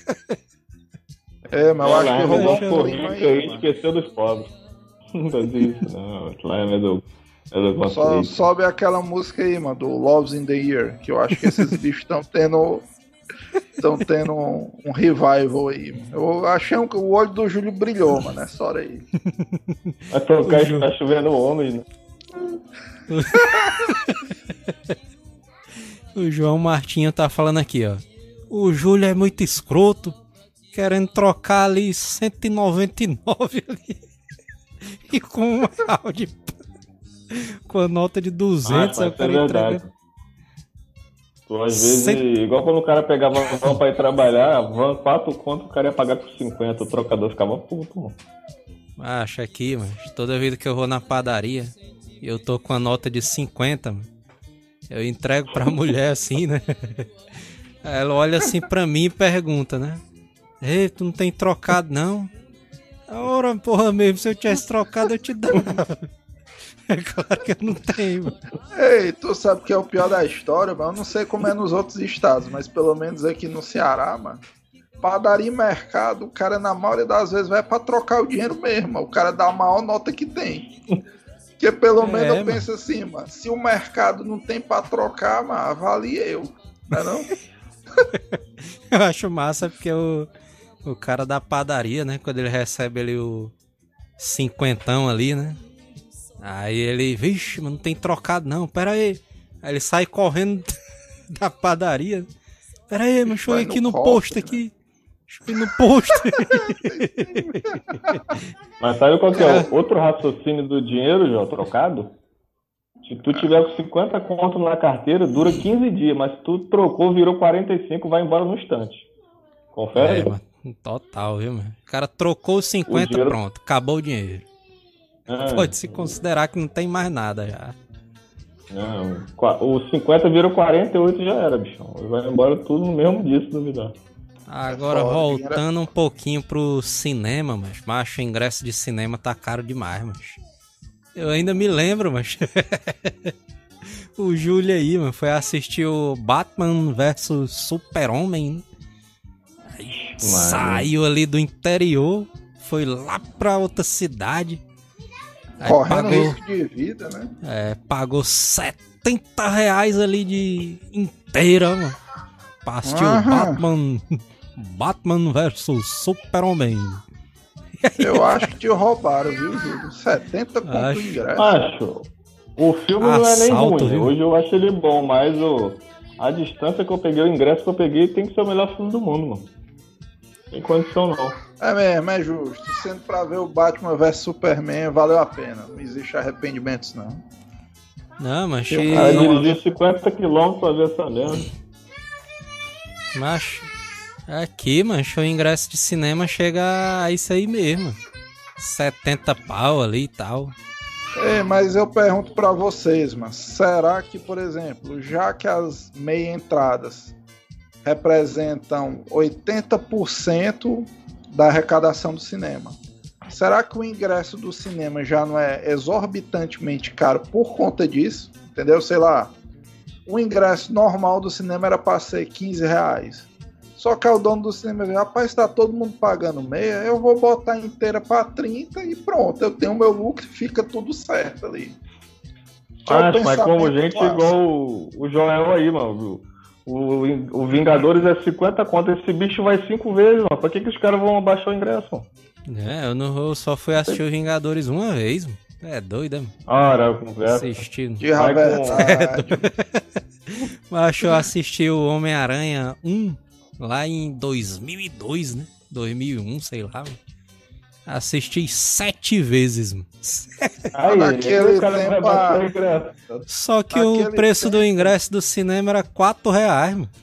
Speaker 3: É, mas eu acho que roubou um
Speaker 5: clima aí. Esqueceu dos pobres. Não faz isso, não. Laerme é do...
Speaker 3: Só sobe aquela música aí, mano, do Loves in the Year, que eu acho que esses bichos estão tendo estão tendo um, um revival aí. Eu achei um, que o olho do Júlio brilhou, mano, nessa hora aí.
Speaker 5: Vai tocar e tá chovendo homem, né?
Speaker 2: O João Martinho tá falando aqui, ó. O Júlio é muito escroto, querendo trocar ali cento e noventa e nove ali. E com um áudio com a nota de duzentos,
Speaker 5: ah,
Speaker 2: eu quero
Speaker 5: é
Speaker 2: entregar.
Speaker 5: Tu, às vezes, Cent... igual quando o cara pegava a van pra ir trabalhar, a van quatro conto, o cara ia pagar por cinquenta, o trocador ficava puto, mano.
Speaker 2: Acho aqui, mano, toda vez que eu vou na padaria e eu tô com a nota de cinquenta, mano, eu entrego pra mulher assim, né? Ela olha assim pra mim e pergunta, né? Ei, tu não tem trocado, não? Ora, porra mesmo, se eu tivesse trocado, eu te dava. É claro que eu não tenho. Mano.
Speaker 3: Ei, tu sabe que é o pior da história, mano? Eu não sei como é nos outros estados, mas pelo menos aqui no Ceará, mano, padaria e mercado, o cara na maioria das vezes vai pra trocar o dinheiro mesmo. O cara dá a maior nota que tem. Porque pelo menos é, eu mano. penso assim, mano, se o mercado não tem pra trocar, mano, avalie eu. Não é não?
Speaker 2: Eu acho massa porque o, o cara da padaria, né, quando ele recebe ali o cinquentão ali, né? Aí ele, vixe, mas não tem trocado não, pera aí. Aí ele sai correndo da padaria. Pera aí, mas deixa eu ir aqui no posto aqui. Deixa eu ir no posto.
Speaker 5: Mas sabe qual que é o outro raciocínio do dinheiro, João, trocado? Se tu tiver com cinquenta conto na carteira, dura quinze dias, mas se tu trocou, virou quarenta e cinco, vai embora no instante. Confere?
Speaker 2: É, mano, total, viu, mano? O cara trocou os cinquenta, dinheiro... pronto, acabou o dinheiro. É. Pode-se considerar que não tem mais nada já.
Speaker 5: Não, o cinquenta virou quarenta e oito, já era, bichão. Vai embora tudo no mesmo dia, se duvidar.
Speaker 2: Agora, é foda, voltando um pouquinho pro cinema, mas macho, o ingresso de cinema tá caro demais, mas eu ainda me lembro, mas o Júlio aí, mano, foi assistir o Batman versus Super-Homem, né? Aí saiu ali do interior, foi lá pra outra cidade. Aí
Speaker 3: correndo
Speaker 2: pagou,
Speaker 3: risco de vida, né?
Speaker 2: É, pagou setenta reais ali de inteira, mano. Pra assistir o Batman, Batman versus Super-Homem.
Speaker 3: Eu acho que te roubaram, viu, Júlio? setenta conto acho, ingresso.
Speaker 5: Acho. O filme Assalto, não é nem ruim. Viu? Hoje eu acho ele bom, mas o, a distância que eu peguei, o ingresso que eu peguei, tem que ser o melhor filme do mundo, mano. Tem condição não.
Speaker 3: É mesmo, é justo. Sendo pra ver o Batman versus Superman, valeu a pena. Não existe arrependimentos, não.
Speaker 2: Não, mas...
Speaker 5: O cara dirigiu cinquenta quilômetros pra ver essa merda.
Speaker 2: Macho, aqui, mancho, o ingresso de cinema chega a isso aí mesmo. setenta pau ali e tal.
Speaker 3: É, mas eu pergunto pra vocês, mas será que, por exemplo, já que as meia entradas representam oitenta por cento da arrecadação do cinema, será que o ingresso do cinema já não é exorbitantemente caro por conta disso? Entendeu? Sei lá, o ingresso normal do cinema era para ser quinze reais. Só que o dono do cinema diz, rapaz, está todo mundo pagando meia, eu vou botar inteira para trinta e pronto, eu tenho meu lucro e fica tudo certo ali.
Speaker 5: Ah, mas como gente fácil. Igual o, o Joel aí, mano. O, o, o Vingadores é cinquenta conto, esse bicho vai cinco vezes, mano. Pra que, que os caras vão abaixar o ingresso, mano?
Speaker 2: É, eu, não, eu só fui assistir o Vingadores uma vez, mano. É doido, mano.
Speaker 5: Ah, era conversa.
Speaker 2: Assistindo.
Speaker 3: De verdade.
Speaker 2: Mas eu assisti o Homem-Aranha um lá em dois mil e dois, né? dois mil e um, sei lá, mano. Assisti sete vezes, mano.
Speaker 3: Aí, naquele tempo, a...
Speaker 2: Só que naquele o preço tempo... do ingresso do cinema era quatro reais, mano.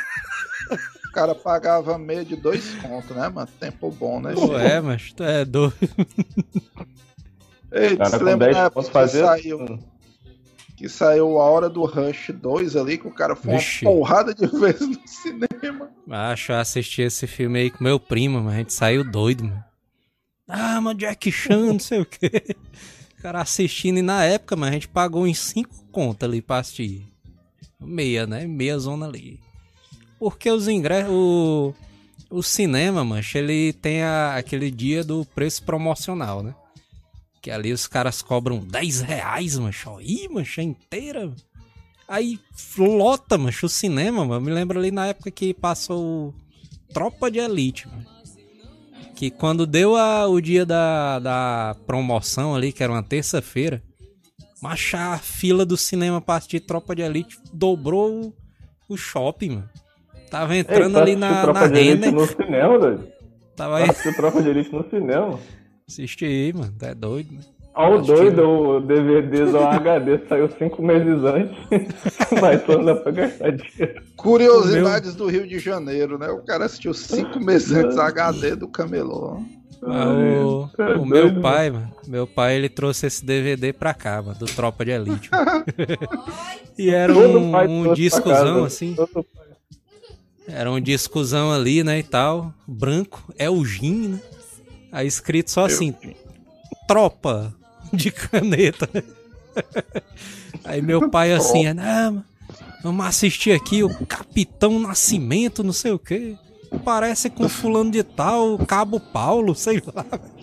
Speaker 3: O cara pagava meia de dois contos, né, mano? Tempo bom, né?
Speaker 2: Pô, é, mas tu é doido.
Speaker 3: Ei, você lembra na época que fazer... saiu, que saiu A Hora do Rush dois ali, que o cara foi Vixe. uma porrada de vezes no cinema.
Speaker 2: Acho, eu assisti esse filme aí com meu primo, mas a gente saiu doido, mano. Ah, mano, Jack Chan, não sei o quê. O cara assistindo, e na época, mas a gente pagou uns cinco contas ali pra assistir. Meia, né? Meia zona ali. Porque os ingressos... O, o cinema, mancha, ele tem a, aquele dia do preço promocional, né? Que ali os caras cobram dez reais, mancha. Ih, mancha, inteira. Aí lota, mancha, o cinema, mano. Eu me lembro ali na época que passou Tropa de Elite, mano. Que quando deu a, o dia da, da promoção ali, que era uma terça-feira, mancha, a fila do cinema pra assistir Tropa de Elite dobrou o, o shopping, mano. Tava entrando Ei, ali na, na Renner.
Speaker 5: No cinema, doido.
Speaker 2: Tava aí.
Speaker 5: Assistiu Tropa de Elite no cinema.
Speaker 2: Assisti aí, mano. Tá doido, mano.
Speaker 5: Ó, o doido, o D V D do H D saiu cinco meses antes. Mas só não dá pra gastar dinheiro.
Speaker 3: Curiosidades meu... do Rio de Janeiro, né? O cara assistiu cinco meses antes H D do Camelô.
Speaker 2: Ah, o é o meu doido, pai, mano. Meu pai, ele trouxe esse D V D pra cá, mano. Do Tropa de Elite. E era um, um discozão, assim. Era um discozão ali, né, e tal. Branco. Elgin, né? Aí escrito só assim. Tropa de caneta. Aí meu pai assim, ah, vamos assistir aqui o Capitão Nascimento, não sei o que. Parece com fulano de tal, Cabo Paulo, sei lá.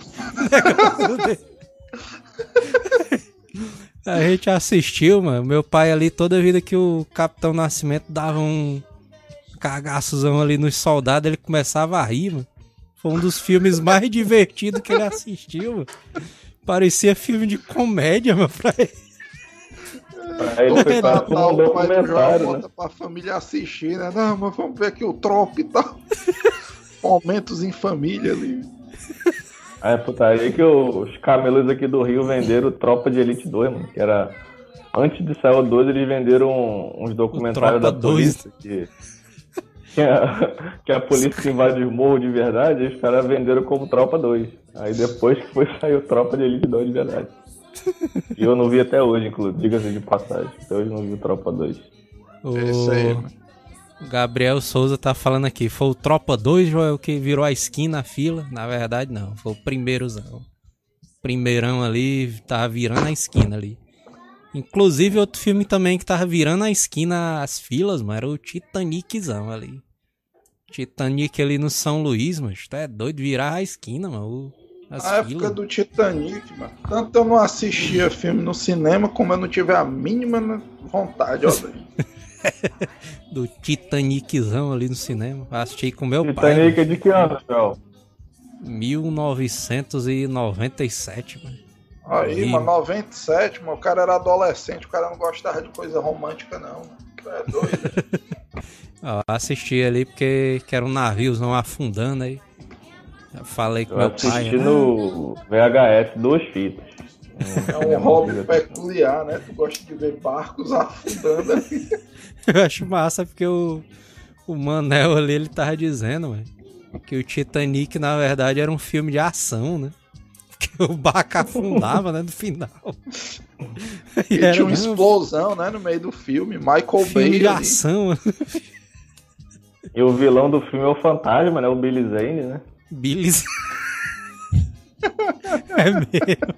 Speaker 2: A gente assistiu, mano. Meu pai ali, toda vida que o Capitão Nascimento dava um cagaçozão ali nos soldados, ele começava a rir, mano. Foi um dos filmes mais divertidos que ele assistiu, mano. Parecia filme de comédia, mano, pra ele.
Speaker 5: Aí ele foi pra um documentário, né?
Speaker 3: Pra família assistir, né? Não, mas vamos ver aqui o Trop e tal. Momentos em família ali.
Speaker 5: É, putaria que os camelos aqui do Rio venderam Tropa de Elite dois, mano. Que era... Antes de sair o dois, eles venderam uns documentários da polícia. Que... Que a, que a polícia invade o morro de verdade, e os caras venderam como Tropa dois. Aí depois que foi sair o Tropa de Elite dois de verdade. E eu não vi até hoje, inclusive, diga-se de passagem. Até hoje não vi o Tropa dois.
Speaker 2: O... É isso aí, mano. O Gabriel Souza tá falando aqui. Foi o Tropa dois, Joel, que virou a skin na fila? Na verdade, não. Foi o primeirozão. Primeirão ali, tava virando a esquina ali. Inclusive, outro filme também que tava virando a esquina, as filas, mano, era o Titaniczão ali. Titanic ali no São Luís, mano. Tá é doido, virar a esquina, mano. As
Speaker 3: a
Speaker 2: filas.
Speaker 3: Época do Titanic, mano. Tanto eu não assistia filme no cinema, como eu não tive a mínima vontade, ó.
Speaker 2: Do Titaniczão ali no cinema. Assisti com meu
Speaker 5: Titanic
Speaker 2: pai.
Speaker 5: Titanic é de que ano, Joel?
Speaker 2: mil novecentos e noventa e sete, mano.
Speaker 3: Aí, e... mano, noventa e sete, mano, o cara era adolescente, o cara não gostava de coisa romântica, não. É doido.
Speaker 2: Ó, assisti ali porque que era um naviozão afundando aí. Eu falei com
Speaker 5: eu
Speaker 2: meu pai.
Speaker 5: Assisti no V H S duas fitas.
Speaker 3: É um hobby peculiar, né? Tu gosta de ver barcos afundando ali.
Speaker 2: Eu acho massa porque o, o Manel ali, ele tava dizendo, mano, que o Titanic, na verdade, era um filme de ação, né? Porque o barco afundava, né, no final.
Speaker 3: E, e era, tinha uma explosão, né, no meio do filme. Michael Bay.
Speaker 2: Filme de ação, mano.
Speaker 5: E o vilão do filme é o fantasma, né? O Billy Zane, né?
Speaker 2: Billy Zane. É mesmo.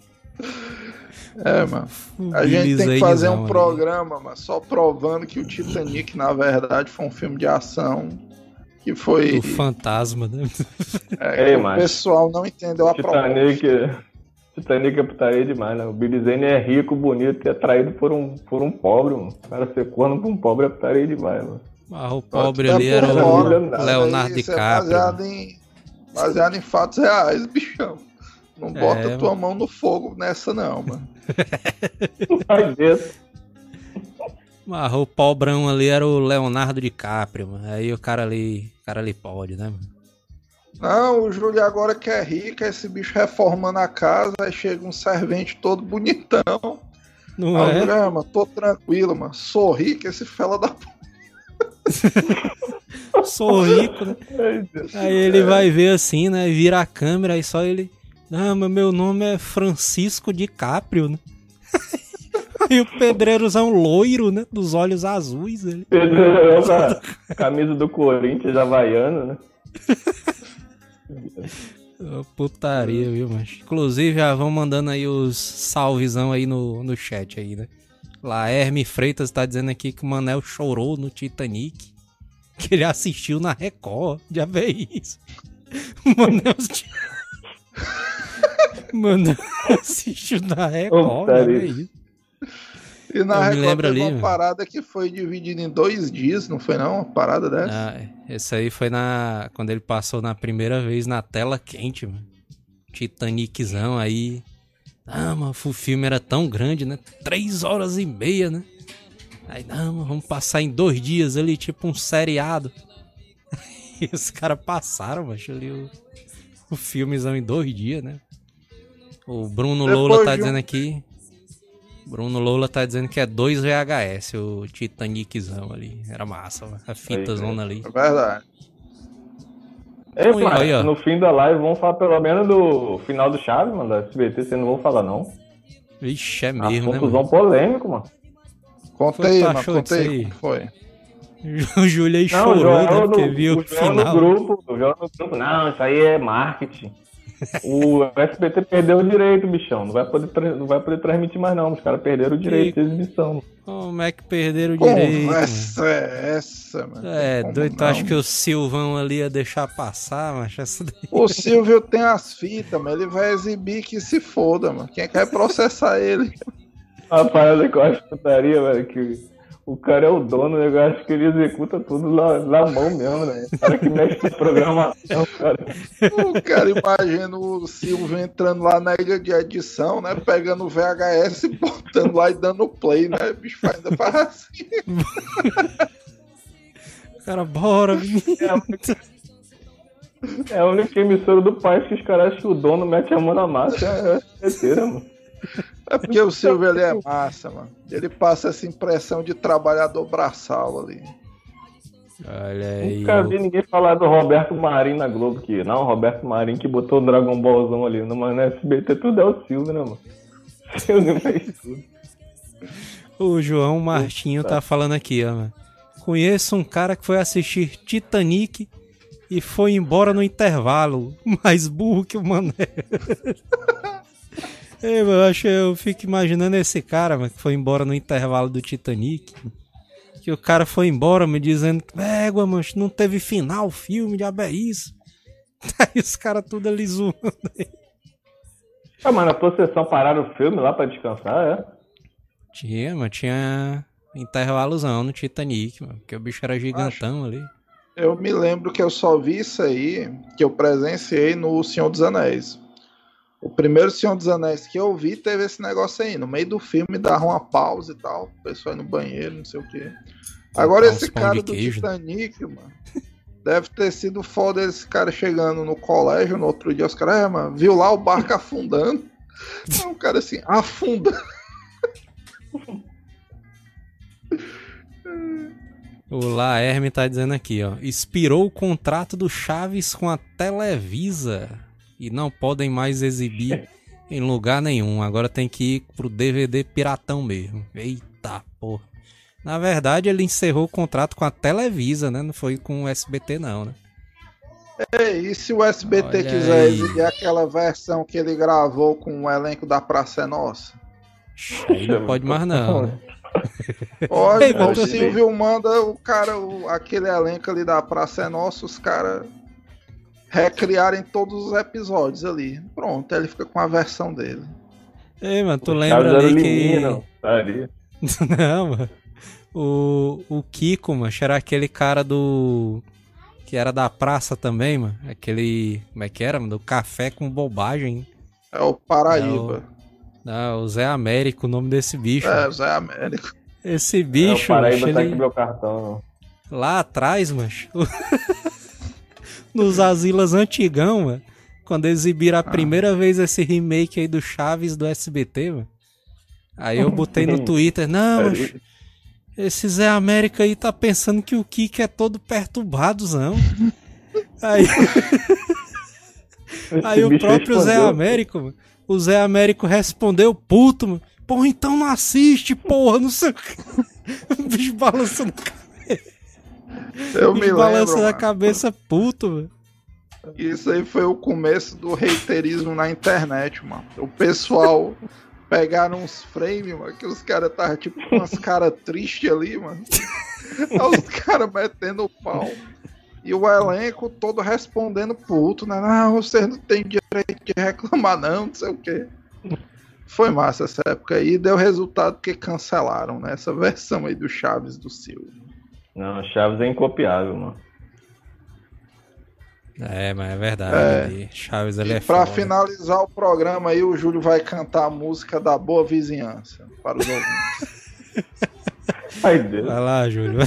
Speaker 3: É, mano. A Billy gente tem que fazer um programa, mano, só provando que o Titanic, na verdade, foi um filme de ação que foi...
Speaker 2: O fantasma, né?
Speaker 3: É, Ei, o pessoal não entendeu a
Speaker 5: Titanic, proposta. Titanic é putaria demais, né? O Billy Zane é rico, bonito e é traído por um, por um pobre, mano. O cara ser corno por um pobre é putaria demais, mano.
Speaker 2: Ah, o pobre ali era o Leonardo DiCaprio.
Speaker 3: Baseado em, baseado em fatos reais, bichão. Não bota é, tua mão no fogo nessa não, mano.
Speaker 5: Ai, Deus.
Speaker 2: Mas o pobrão ali era o Leonardo DiCaprio, mano. Aí o cara ali, o cara ali pode, né, mano?
Speaker 3: Não, o Júlio agora que é rico, esse bicho reformando a casa, aí chega um servente todo bonitão.
Speaker 2: Não
Speaker 3: aí,
Speaker 2: é?
Speaker 3: Mulher, mano, tô tranquilo, mano. Sou rico, esse fela da p...
Speaker 2: Sou rico, né? Aí ele vai ver assim, né? Vira a câmera e só ele Não, mas meu nome é Francisco DiCaprio, né? E o pedreirozão loiro, né? Dos olhos azuis. Ele.
Speaker 5: Pedreirão com a camisa do Corinthians, havaiano, né?
Speaker 2: Oh, putaria, viu, mas inclusive já vão mandando aí os salvezão aí no, no chat aí, né? Lá, Herme Freitas tá dizendo aqui que o Manel chorou no Titanic. Que ele assistiu na Record. Já vê isso. O Manel... Manel assistiu na Record, já vê isso.
Speaker 3: E na
Speaker 2: Eu
Speaker 3: Record
Speaker 2: me lembro
Speaker 3: teve
Speaker 2: ali,
Speaker 3: uma
Speaker 2: mano.
Speaker 3: parada que foi dividida em dois dias, não foi não? Uma parada dessa?
Speaker 2: Ah, esse aí foi na quando ele passou na primeira vez na tela quente, mano. Titaniczão aí. Ah, mano, o filme era tão grande, né? Três horas e meia, né? Aí, não, mano, vamos passar em dois dias ali, tipo um seriado. E os caras passaram, macho, ali o, o filmezão em dois dias, né? O Bruno
Speaker 3: Depois
Speaker 2: Lola tá
Speaker 3: de um-
Speaker 2: dizendo aqui. Bruno Lola tá dizendo que é dois V H S, o Titaniczão ali. Era massa, mano. A fita zona ali.
Speaker 3: É verdade.
Speaker 5: Ei,
Speaker 2: Aí,
Speaker 5: mas
Speaker 2: aí, ó.
Speaker 5: no fim da live vamos falar pelo menos do final do Chaves, mano, da S B T, vocês não vão falar não.
Speaker 2: Vixe, é mesmo, né,
Speaker 5: Assuntozão
Speaker 2: mano?
Speaker 5: polêmico, mano.
Speaker 3: Conta
Speaker 2: Foi,
Speaker 3: aí,
Speaker 2: tu
Speaker 3: mano,
Speaker 2: achou
Speaker 3: conta
Speaker 2: disso
Speaker 3: aí
Speaker 2: aí?
Speaker 3: como foi.
Speaker 2: O Júlio aí
Speaker 5: Não, o
Speaker 2: chorou,
Speaker 5: Joel,
Speaker 2: né?
Speaker 5: no,
Speaker 2: Porque viu o
Speaker 5: o Joel no
Speaker 2: final.
Speaker 5: grupo, o Joel no grupo, não, isso aí é marketing. O S B T perdeu o direito, bichão. Não vai poder, tra- não vai poder transmitir mais não. Os caras perderam o direito de exibição.
Speaker 2: Como é que perderam o direito, mano?
Speaker 3: Conversa é essa, mano?
Speaker 2: É,
Speaker 3: Como
Speaker 2: doido, tu
Speaker 3: não?
Speaker 2: acha que o Silvão ali ia deixar passar, mas essa daí...
Speaker 3: O Silvio tem as fitas, mas ele vai exibir que se foda, mano. Quem quer processar ele?
Speaker 5: A parada que eu acho putaria, velho, que o cara é o dono, né? Eu acho que ele executa tudo na, na mão mesmo, né? O cara que mexe na programação, cara.
Speaker 3: O cara imagina o Silvio entrando lá na ilha de edição, né? Pegando o V H S, botando lá e dando play, né? O bicho ainda faz assim.
Speaker 2: Cara, bora, menino.
Speaker 5: É a única, é a única emissora do país que os caras acham que o dono mete a mão na massa. É é certeira, mano.
Speaker 3: É porque o Silvio ele é massa, mano. Ele passa essa impressão de trabalhador braçal ali.
Speaker 2: Olha aí.
Speaker 5: Nunca
Speaker 2: o-
Speaker 5: vi ninguém falar do Roberto Marinho na Globo aqui. Não, o Roberto Marinho que botou o Dragon Ballzão ali. No mano, S B T tudo é o Silvio, né, mano? O Silvio fez tudo.
Speaker 2: O João Martinho tá falando aqui, ó. Mano. Conheço um cara que foi assistir Titanic e foi embora no intervalo. Mais burro que o Mané. Ei, mano, eu, acho, eu fico imaginando esse cara, mano, que foi embora no intervalo do Titanic. Que o cara foi embora me dizendo que, égua, mano, não teve final o filme, diabo é isso. Aí os caras tudo ali zoando.
Speaker 5: Ah, mas na processão pararam o filme lá pra descansar, é?
Speaker 2: Tinha, mano, tinha intervalozão no Titanic, mano, porque o bicho era gigantão ali.
Speaker 3: Eu me lembro que eu só vi isso aí, que eu presenciei no Senhor dos Anéis. O primeiro Senhor dos Anéis que eu vi teve esse negócio aí. No meio do filme dava uma pausa e tal. O pessoal ia no banheiro, não sei o quê. Agora
Speaker 2: Comprar uns
Speaker 3: esse
Speaker 2: pão
Speaker 3: cara
Speaker 2: de
Speaker 3: do
Speaker 2: queijo.
Speaker 3: Titanic, mano, deve ter sido foda esse cara chegando no colégio no outro dia. Os caras, é, mano, viu lá o barco afundando. Aí um cara assim, afunda.
Speaker 2: O Laerme tá dizendo aqui, ó. Expirou o contrato do Chaves com a Televisa e não podem mais exibir em lugar nenhum. Agora tem que ir pro D V D piratão mesmo. Eita, porra. Na verdade, ele encerrou o contrato com a Televisa, né? Não foi com o S B T, não, né?
Speaker 3: É, e se o S B T
Speaker 2: Olha
Speaker 3: quiser
Speaker 2: aí.
Speaker 3: exibir aquela versão que ele gravou com o elenco da Praça é Nossa?
Speaker 2: Aí não pode mais, não. Né?
Speaker 3: Olha,
Speaker 2: Ei,
Speaker 3: o
Speaker 2: mas tu-
Speaker 3: Silvio manda o cara, o- aquele elenco ali da Praça é Nossa, os caras recriarem todos os episódios ali. Pronto, ele fica com a versão dele.
Speaker 2: Ei, mano, tu
Speaker 5: Os
Speaker 2: lembra
Speaker 5: caras eram
Speaker 2: ali que...
Speaker 5: Liminha, não. Tá ali.
Speaker 2: Não, mano. O, o Kiko, mano, era aquele cara do... Que era da praça também, mano. Aquele... Como é que era, mano? Do café com bobagem.
Speaker 3: É o Paraíba.
Speaker 2: Não, o Zé Américo, o nome desse bicho.
Speaker 3: É,
Speaker 2: mano.
Speaker 3: Zé Américo.
Speaker 2: Esse
Speaker 5: É,
Speaker 2: bicho,
Speaker 5: o Paraíba
Speaker 2: mano,
Speaker 5: tá
Speaker 2: ele-
Speaker 5: aqui meu cartão.
Speaker 2: lá atrás, mano. Nos asilas antigão, mano. Quando exibiram a primeira vez esse remake aí do Chaves do S B T, mano. Aí eu botei no Twitter, não, mas esse Zé América aí tá pensando que o Kiko é todo perturbadozão. Aí Aí o próprio Zé Américo, mano, o Zé Américo respondeu puto, mano. Porra, então não assiste, porra, não sei o que. O bicho balançando a cabeça.
Speaker 3: Eu me lembro,
Speaker 2: balançando
Speaker 3: mano.
Speaker 2: a cabeça puto, mano.
Speaker 3: Isso aí foi o começo do haterismo na internet, mano. O pessoal pegaram uns frames, mano, que os caras estavam tipo com umas caras tristes ali, mano. Aí os caras metendo o pau. E o elenco todo respondendo puto, né? Não, vocês não têm direito de reclamar não, não sei o quê. Foi massa essa época aí e deu resultado que cancelaram, né? Essa versão aí do Chaves do Silvio.
Speaker 5: Não, Chaves é incopiável, mano.
Speaker 2: É, mas é verdade.
Speaker 3: É.
Speaker 2: Ali. Chaves ele
Speaker 3: E
Speaker 2: é
Speaker 3: pra
Speaker 2: foda.
Speaker 3: finalizar o programa aí, o Júlio vai cantar a música da Boa Vizinhança para os ouvintes.
Speaker 5: Ai, Deus.
Speaker 2: Vai lá, Júlio.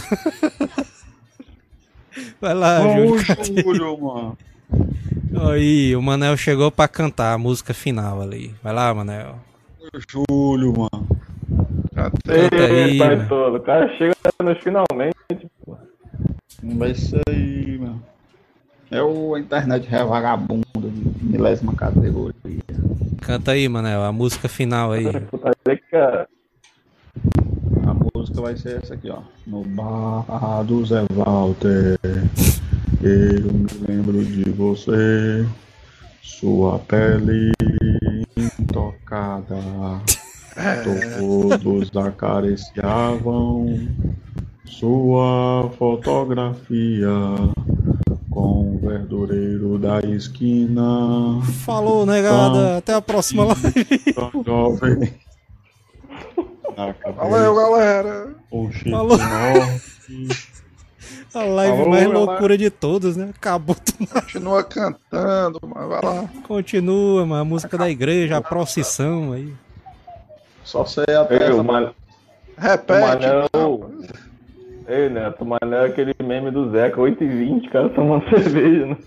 Speaker 2: Vai lá,
Speaker 4: Ô,
Speaker 2: Júlio.
Speaker 4: Júlio, mano.
Speaker 2: Aí, o Manel chegou pra cantar a música final ali. Vai lá, Manel.
Speaker 4: Júlio, mano.
Speaker 3: Cantei.
Speaker 2: Canta aí,
Speaker 5: Eita,
Speaker 2: mano.
Speaker 5: todo. O cara chega nos finalmente. Pô.
Speaker 4: Vai ser aí, mano. É o a internet é vagabunda de milésima categoria.
Speaker 2: Canta aí, Manel, a música final aí.
Speaker 5: Puta que cara.
Speaker 4: A música vai ser essa aqui, ó. No bar do Zé Walter, eu me lembro de você, sua pele intocada, todos acariciavam sua fotografia com o verdureiro da esquina.
Speaker 2: Falou, negada. Até a próxima live.
Speaker 4: Jovem.
Speaker 3: Valeu, galera.
Speaker 4: Um chip
Speaker 2: Falou.
Speaker 4: enorme.
Speaker 2: A live
Speaker 4: Falou,
Speaker 2: mais
Speaker 4: galera.
Speaker 2: loucura de todas, né? Acabou tudo.
Speaker 3: Continua cantando, mas vai lá.
Speaker 2: Continua, mano. A música da igreja, a procissão aí.
Speaker 4: Só sei até
Speaker 5: Ei,
Speaker 4: essa
Speaker 5: o Man- o
Speaker 3: Repete.
Speaker 5: Manel. Ei, Neto, o Manel é aquele meme do Zeca, oito e vinte, cara, tomando cerveja, né?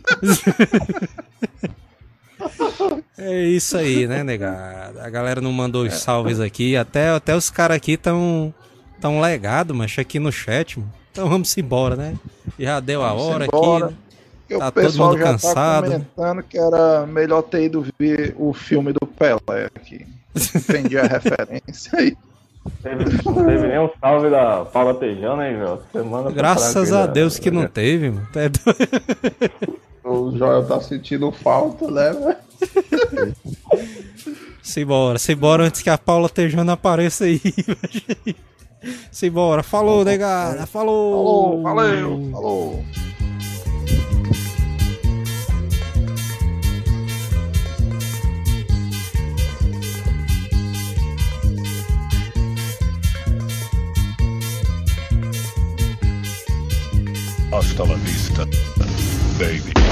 Speaker 2: É isso aí, né, negada? A galera não mandou os salves aqui. Até, até os caras aqui tão, tão legado, mas aqui no chat, mano. Então vamos embora, né? Já deu a
Speaker 3: Vamos
Speaker 2: hora
Speaker 3: embora.
Speaker 2: aqui, né?
Speaker 3: Porque
Speaker 2: Tá
Speaker 3: o pessoal
Speaker 2: todo mundo
Speaker 3: já
Speaker 2: cansado.
Speaker 3: tá comentando que era melhor ter ido ver o filme do Pelé aqui. Entendi a referência aí.
Speaker 5: Teve, não teve nem um salve da Paula Tejano, hein, velho? Semana
Speaker 2: Graças a Deus que não teve, mano. É doido.
Speaker 4: O Joel tá sentindo falta, né, velho?
Speaker 2: Simbora, simbora antes que a Paula Tejano apareça aí. Simbora, falou, negada. Falou.
Speaker 3: Falou, valeu, falou.
Speaker 1: Hasta la vista, baby.